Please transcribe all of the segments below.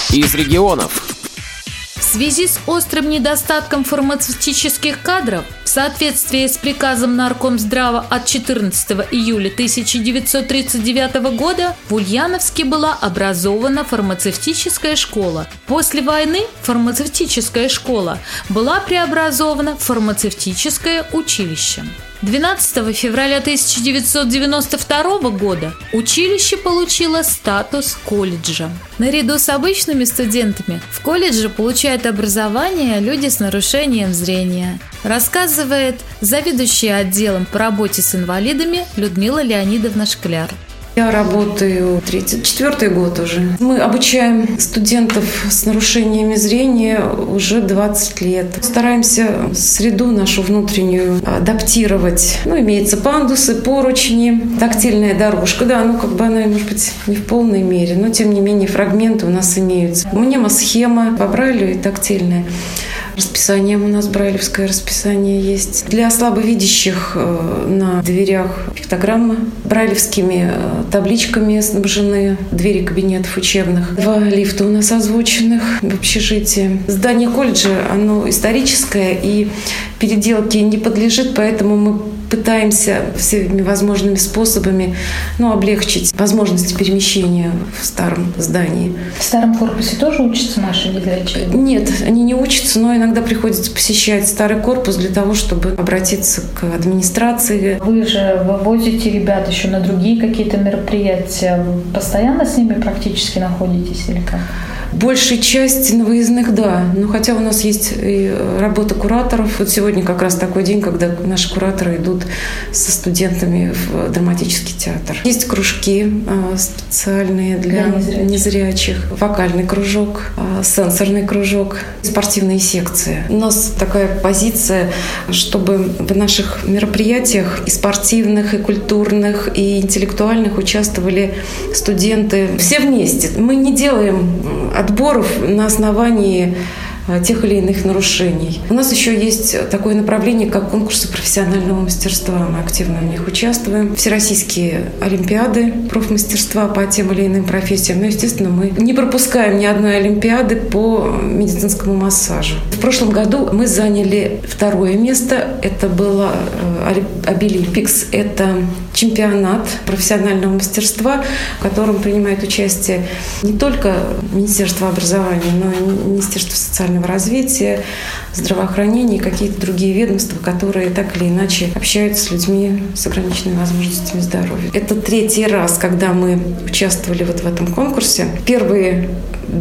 из регионов. В связи с острым недостатком фармацевтических кадров, в соответствии с приказом Наркомздрава от 14 июля 1939 года в Ульяновске была образована фармацевтическая школа. После войны фармацевтическая школа была преобразована в фармацевтическое училище. 12 февраля 1992 года училище получило статус колледжа. Наряду с обычными студентами в колледже получают образование люди с нарушением зрения, рассказывает заведующая отделом по работе с инвалидами Людмила Леонидовна Шкляр. Я работаю 34-й год уже. Мы обучаем студентов с нарушениями зрения уже 20 лет. Стараемся среду нашу внутреннюю адаптировать. Имеются пандусы, поручни, тактильная дорожка. Да, она, может быть, не в полной мере, но, тем не менее, фрагменты у нас имеются. Мнемосхема по Брайлю и тактильная. Расписание у нас брайлевское расписание есть. Для слабовидящих на дверях пиктограмма. Брайлевскими табличками снабжены двери кабинетов учебных. 2 лифта у нас озвученных в общежитии. Здание колледжа, оно историческое и переделке не подлежит, поэтому мы пытаемся всеми возможными способами облегчить возможности перемещения в старом здании. В старом корпусе тоже учатся наши незрячие? Нет, они не учатся, но иногда приходится посещать старый корпус для того, чтобы обратиться к администрации. Вы же вывозите ребят еще на другие какие-то мероприятия. Вы постоянно с ними практически находитесь или как? Большая часть на выездных, да. Но хотя у нас есть и работа кураторов. Вот сегодня как раз такой день, когда наши кураторы идут со студентами в драматический театр. Есть кружки специальные для незрячих. Вокальный кружок, сенсорный кружок, спортивные секции. У нас такая позиция, чтобы в наших мероприятиях и спортивных, и культурных, и интеллектуальных участвовали студенты все вместе. Мы не делаем отборов на основании тех или иных нарушений. У нас еще есть такое направление, как конкурсы профессионального мастерства. Мы активно в них участвуем. Всероссийские олимпиады профмастерства по тем или иным профессиям. Но, естественно, мы не пропускаем ни одной олимпиады по медицинскому массажу. В прошлом году мы заняли 2 место. Это было Обилимпикс. Это чемпионат профессионального мастерства, в котором принимает участие не только Министерство образования, но и Министерство социального развития, здравоохранения и какие-то другие ведомства, которые так или иначе общаются с людьми с ограниченными возможностями здоровья. Это 3-й раз, когда мы участвовали в этом конкурсе. Первые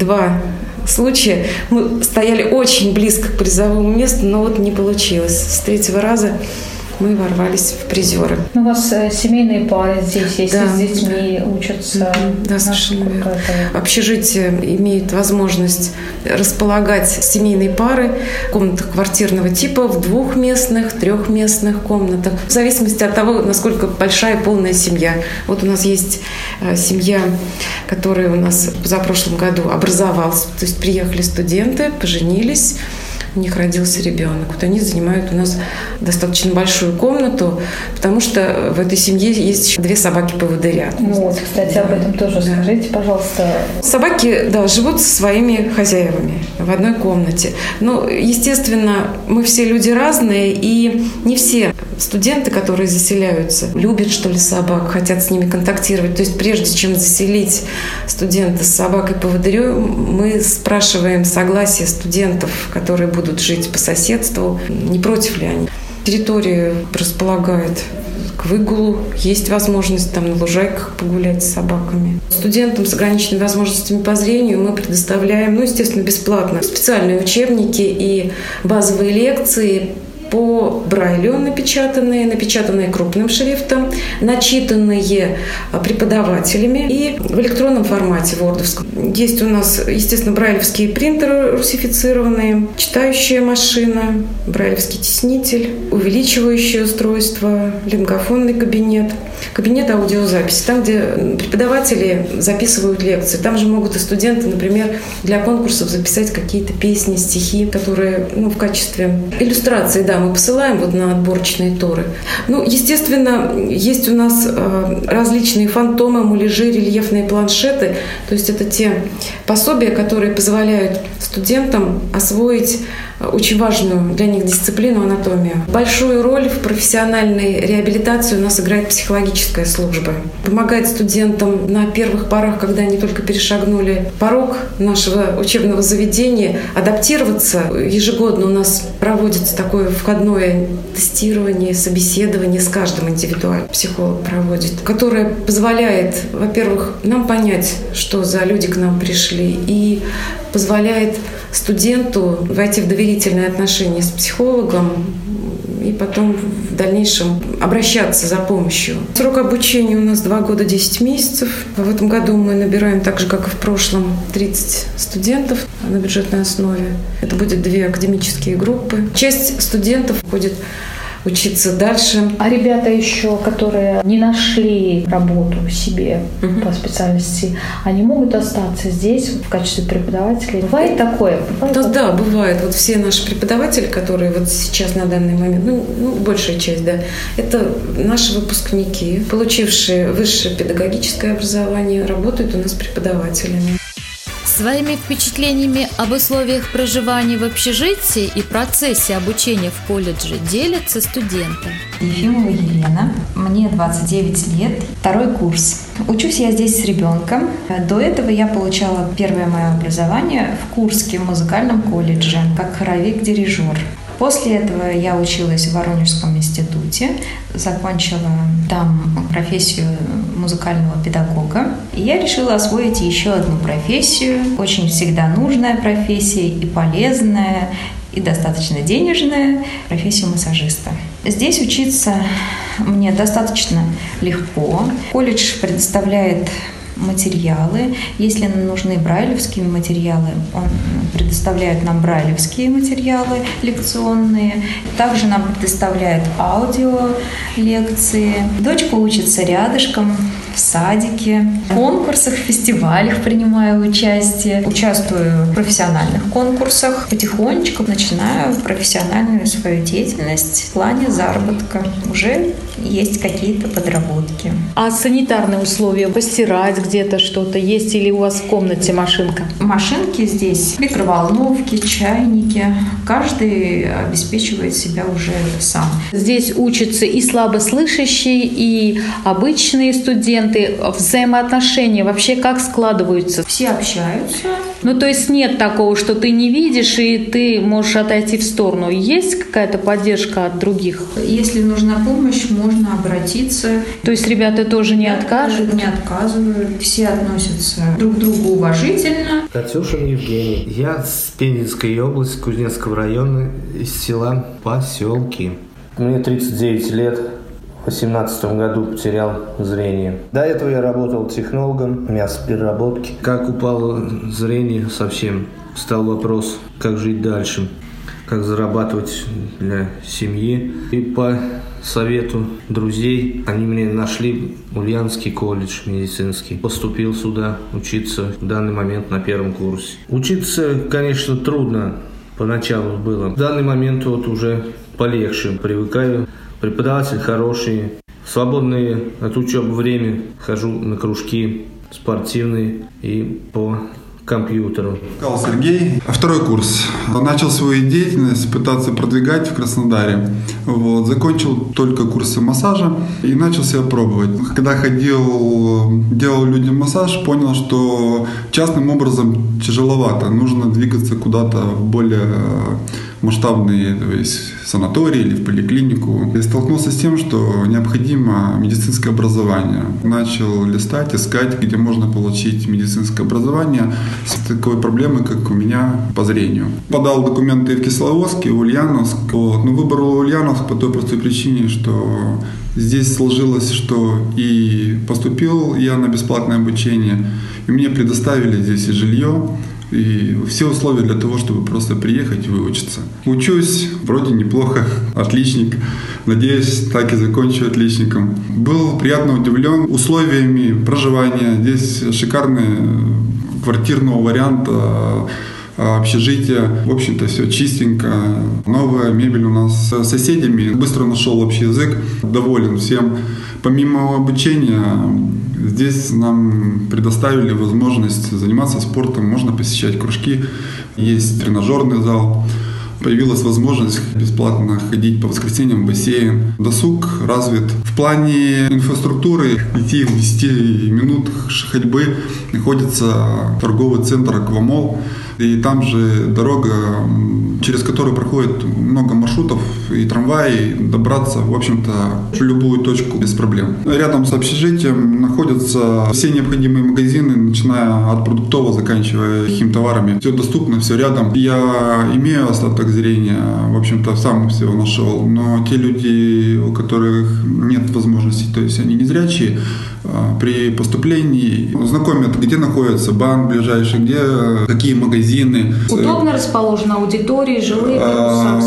2 случая мы стояли очень близко к призовому месту, но не получилось. С 3-го раза мы ворвались в призеры. У вас семейные пары здесь есть, да, с детьми учатся. Да, совершенно верно. Общежитие имеет возможность располагать семейные пары в комнатах квартирного типа, в 2-местных, 3-местных комнатах, в зависимости от того, насколько большая полная семья. Вот у нас есть семья, которая у нас в позапрошлом году образовалась, то есть приехали студенты, поженились, у них родился ребенок. Вот они занимают у нас достаточно большую комнату, потому что в этой семье есть еще 2 собаки-поводыря. Кстати, об этом тоже скажите, пожалуйста. Собаки, живут со своими хозяевами в одной комнате. Естественно, мы все люди разные, и не все студенты, которые заселяются, любят, собак, хотят с ними контактировать. То есть прежде чем заселить студента с собакой-поводырем, мы спрашиваем согласие студентов, которые будут жить по соседству, не против ли они. Территория располагает к выгулу, есть возможность на лужайках погулять с собаками. Студентам с ограниченными возможностями по зрению мы предоставляем, естественно, бесплатно специальные учебники и базовые лекции по Брайлю, напечатанные крупным шрифтом, начитанные преподавателями и в электронном формате вордовском. Есть у нас, естественно, брайлевские принтеры русифицированные, читающая машина, брайлевский теснитель, увеличивающее устройство, лингофонный кабинет, кабинет аудиозаписи, там, где преподаватели записывают лекции. Там же могут и студенты, например, для конкурсов записать какие-то песни, стихи, которые в качестве иллюстрации, да, мы посылаем вот на отборочные туры. Ну, естественно, есть у нас различные фантомы, муляжи, рельефные планшеты. То есть это те пособия, которые позволяют студентам освоить очень важную для них дисциплину анатомию. Большую роль в профессиональной реабилитации у нас играет психологическая служба. Помогает студентам на первых порах, когда они только перешагнули порог нашего учебного заведения, адаптироваться. Ежегодно у нас проводится такое входное тестирование, собеседование с каждым индивидуально. Психолог проводит, которое позволяет, во-первых, нам понять, что за люди к нам пришли, и позволяет студенту войти в доверительные отношения с психологом и потом в дальнейшем обращаться за помощью. Срок обучения у нас 2 года 10 месяцев. В этом году мы набираем, так же, как и в прошлом, 30 студентов на бюджетной основе. Это будет 2 академические группы. Часть студентов будет учиться дальше. А ребята еще, которые не нашли работу себе по специальности, они могут остаться здесь в качестве преподавателей? Бывает такое? Да, бывает. Вот все наши преподаватели, которые вот сейчас на данный момент, большая часть, да, это наши выпускники, получившие высшее педагогическое образование, работают у нас преподавателями. Своими впечатлениями об условиях проживания в общежитии и процессе обучения в колледже делятся студенты. Ефимова Елена, мне 29 лет, 2-й курс. Учусь я здесь с ребенком. До этого я получала первое мое образование в Курском музыкальном колледже, как хоровик-дирижер. После этого я училась в Воронежском институте, закончила там профессию музыкального педагога. И я решила освоить еще одну профессию, очень всегда нужная профессия и полезная, и достаточно денежная, профессию массажиста. Здесь учиться мне достаточно легко. Колледж предоставляет материалы. Если нам нужны брайлевские материалы, он предоставляет нам брайлевские материалы лекционные. Также нам предоставляет аудио лекции. Дочка учится рядышком в садике. В конкурсах, в фестивалях принимаю участие. Участвую в профессиональных конкурсах. Потихонечку начинаю профессиональную свою деятельность в плане заработка. Уже есть какие-то подработки. А санитарные условия? Постирать где-то что-то есть или у вас в комнате машинка? Машинки здесь, микроволновки, чайники. Каждый обеспечивает себя уже сам. Здесь учатся и слабослышащие, и обычные студенты. Взаимоотношения вообще как складываются? Все общаются. То есть нет такого, что ты не видишь, и ты можешь отойти в сторону. Есть какая-то поддержка от других? Если нужна помощь, можно обратиться. То есть ребята тоже не откажут? Не отказывают. Все относятся друг к другу уважительно. Катюшин Евгений. Я с Пензенской области, Кузнецкого района, из села Поселки. Мне 39 лет. В 2018 году потерял зрение. До этого я работал технологом мясопереработки. Как упало зрение совсем, стал вопрос, как жить дальше, как зарабатывать для семьи. И по совету друзей они мне нашли Ульяновский колледж медицинский. Поступил сюда учиться в данный момент на 1-м курсе. Учиться, конечно, трудно поначалу было. В данный момент вот уже полегче, привыкаю. Преподаватель хороший. В свободное от учебы время хожу на кружки спортивные и по компьютеру. Сергей, 2-й курс. Начал свою деятельность пытаться продвигать в Краснодаре. Закончил только курсы массажа и начал себя пробовать. Когда делал людям массаж, понял, что частным образом тяжеловато. Нужно двигаться куда-то в более масштабные, то есть санаторий или в поликлинику. И столкнулся с тем, что необходимо медицинское образование. Начал листать, искать, где можно получить медицинское образование с такой проблемой, как у меня по зрению. Подал документы в Кисловодск, в Ульяновск. Но выбрал Ульяновск по той простой причине, что здесь сложилось, что и поступил я на бесплатное обучение, и мне предоставили здесь и жилье, и все условия для того, чтобы просто приехать и выучиться. Учусь, вроде неплохо, отличник. Надеюсь, так и закончу отличником. Был приятно удивлен условиями проживания. Здесь шикарные квартирного варианта общежитие. В общем-то, все чистенько. Новая мебель у нас с соседями. Быстро нашел общий язык. Доволен всем. Помимо обучения, здесь нам предоставили возможность заниматься спортом. Можно посещать кружки. Есть тренажерный зал. Появилась возможность бесплатно ходить по воскресеньям в бассейн. Досуг развит. В плане инфраструктуры идти в 10 минут ходьбы находится торговый центр «Аквамол». И там же дорога, через которую проходит много маршрутов и трамваи. Добраться, в общем-то, в любую точку без проблем. Рядом с общежитием находятся все необходимые магазины, начиная от продуктового, заканчивая химтоварами. Все доступно, все рядом. Я имею остаток зрения, в общем-то, сам все нашел. Но те люди, у которых нет возможности, то есть они незрячие, при поступлении знакомят, где находится банк ближайший, где какие магазины. Удобно расположены аудитории, жилые корпуса.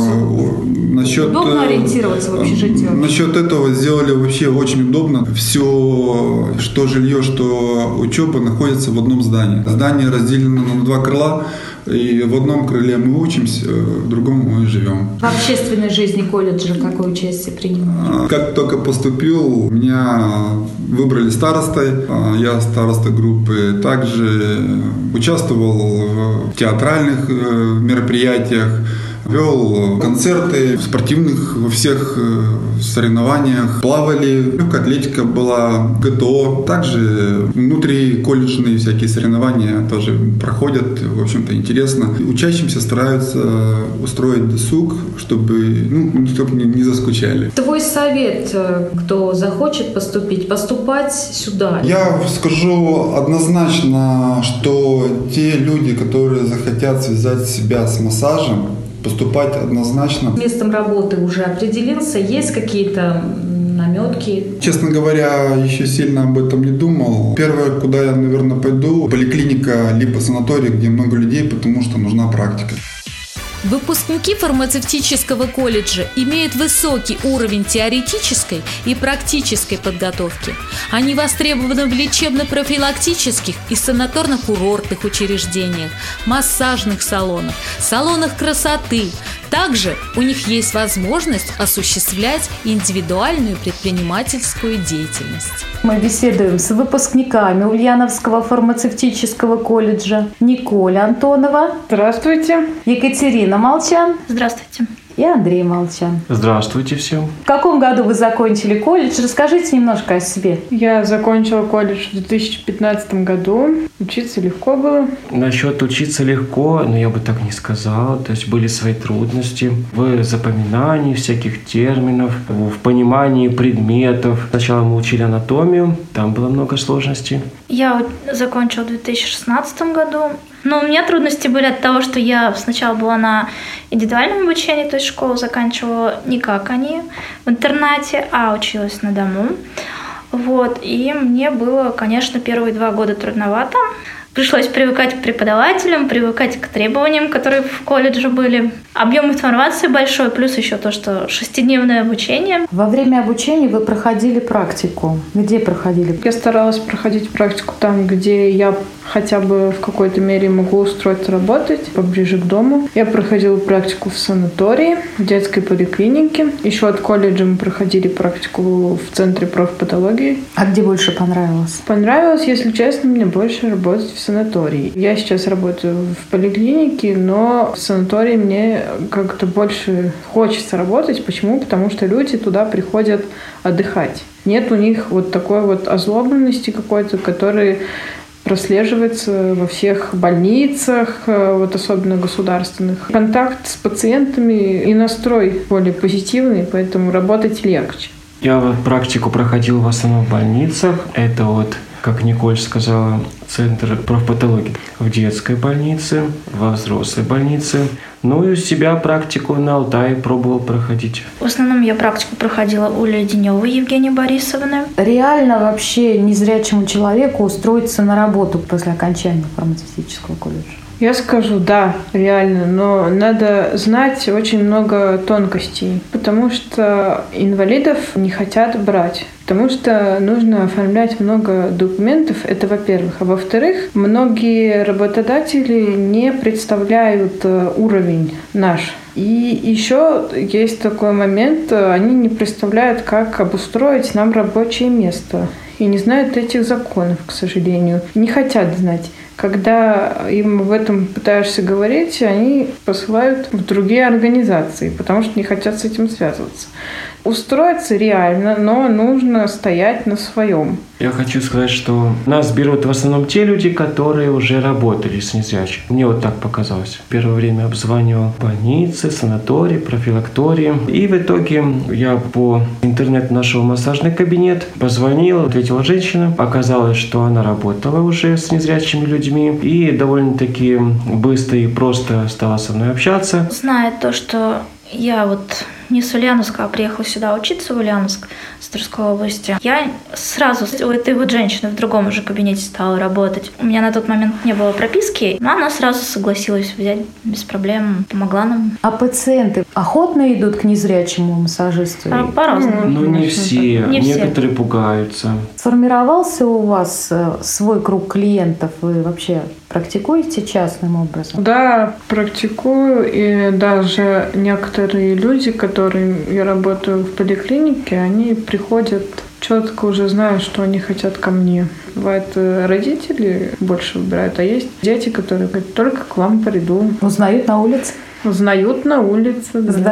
Удобно ориентироваться в общежитии? Насчет этого сделали вообще очень удобно. Все, что жилье, что учеба, находится в одном здании. Здание разделено на 2 крыла. И в одном крыле мы учимся, в другом мы живем. В общественной жизни колледжа какое участие принимаете? Как только поступил, меня выбрали старостой. Я староста группы. Также участвовал в театральных мероприятиях. Вел концерты в спортивных во всех соревнованиях. Плавали, легкая атлетика была, ГТО. Также внутриколледжные всякие соревнования тоже проходят. В общем-то, интересно. Учащимся стараются устроить досуг, чтобы не заскучали. Твой совет, кто захочет поступить, поступать сюда? Я скажу однозначно, что те люди, которые захотят связать себя с массажем, поступать однозначно. Местом работы уже определился? Есть какие-то наметки? Честно говоря, еще сильно об этом не думал. Первое, куда я, наверное, пойду, поликлиника либо санаторий, где много людей, потому что нужна практика. Выпускники фармацевтического колледжа имеют высокий уровень теоретической и практической подготовки. Они востребованы в лечебно-профилактических и санаторно-курортных учреждениях, массажных салонах, салонах красоты. Также у них есть возможность осуществлять индивидуальную предпринимательскую деятельность. Мы беседуем с выпускниками Ульяновского фармацевтического колледжа. Николь Антонова. Здравствуйте. Екатерина Молчан. Здравствуйте. И Андрей Молчан. Здравствуйте всем. В каком году вы закончили колледж? Расскажите немножко о себе. Я закончила колледж в 2015 году. Учиться легко было. Насчет учиться легко, но я бы так не сказал. То есть были свои трудности в запоминании всяких терминов, в понимании предметов. Сначала мы учили анатомию, там было много сложностей. Я закончила в 2016 году. Но у меня трудности были от того, что я сначала была на индивидуальном обучении, то есть школу заканчивала не как они в интернате, а училась на дому. И мне было, конечно, первые 2 года трудновато. Пришлось привыкать к преподавателям, привыкать к требованиям, которые в колледже были. Объем информации большой, плюс еще то, что 6-дневное обучение. Во время обучения вы проходили практику. Где проходили? Я старалась проходить практику там, где я хотя бы в какой-то мере могу устроиться работать, поближе к дому. Я проходила практику в санатории, в детской поликлинике. Еще от колледжа мы проходили практику в центре профпатологии. А где больше понравилось? Понравилось, если честно, мне больше работать в санатории. Я сейчас работаю в поликлинике, но в санатории мне как-то больше хочется работать. Почему? Потому что люди туда приходят отдыхать. Нет у них такой озлобленности какой-то, которая прослеживается во всех больницах, особенно государственных. Контакт с пациентами и настрой более позитивный, поэтому работать легче. Я практику проходил в основном в больницах. Это как Николь сказала, центр профпатологии в детской больнице, во взрослой больнице. И у себя практику на Алтае пробовал проходить. В основном я практику проходила у Леденевой Евгении Борисовны. Реально вообще незрячему человеку устроиться на работу после окончания фармацевтического колледжа? Я скажу, да, реально, но надо знать очень много тонкостей, потому что инвалидов не хотят брать. Потому что нужно оформлять много документов, это во-первых. А во-вторых, многие работодатели не представляют уровень наш. И еще есть такой момент, они не представляют, как обустроить нам рабочее место. И не знают этих законов, к сожалению. Не хотят знать. Когда им об этом пытаешься говорить, они посылают в другие организации, потому что не хотят с этим связываться. Устроиться реально, но нужно стоять на своем. Я хочу сказать, что нас берут в основном те люди, которые уже работали с незрячим. Мне вот так показалось. В первое время обзванивал больницы, санатории, профилактории. И в итоге я по интернету нашел массажный кабинет, позвонил, ответила женщина. Оказалось, что она работала уже с незрячими людьми и довольно-таки быстро и просто стала со мной общаться. Зная то, что я вот не с Ульяновска, а приехала сюда учиться в Ульяновск с Тверской области. Я сразу у этой вот женщины в другом уже кабинете стала работать. У меня на тот момент не было прописки, но она сразу согласилась взять без проблем, помогла нам. А пациенты охотно идут к незрячему массажисту? По-разному. Ну, не все. Некоторые пугаются. Сформировался у вас свой круг клиентов? Вы вообще практикуете частным образом? Да, практикую. И даже некоторые люди, которые я работаю в поликлинике, они приходят четко уже зная, что они хотят ко мне. Бывает, родители больше выбирают, а есть дети, которые говорят, только к вам приду. Узнают на улице? Узнают на улице.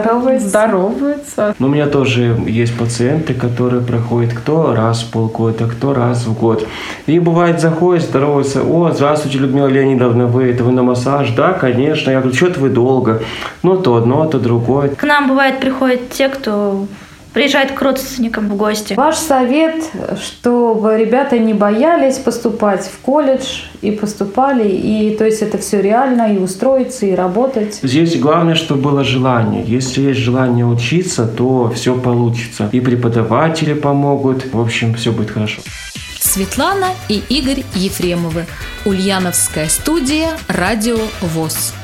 Здороваются. Но у меня тоже есть пациенты, которые проходят кто раз в полгода, кто раз в год. И бывает, заходят, здороваются. О, здравствуйте, Людмила Леонидовна, вы на массаж? Да, конечно. Я говорю, что-то вы долго. Ну, то одно, то другое. К нам, бывает, приходят те, кто приезжает к родственникам в гости. Ваш совет, чтобы ребята не боялись поступать в колледж и поступали, и то есть это все реально, и устроиться, и работать. Здесь главное, чтобы было желание. Если есть желание учиться, то все получится. И преподаватели помогут. В общем, все будет хорошо. Светлана и Игорь Ефремовы. Ульяновская студия «Радио ВОС».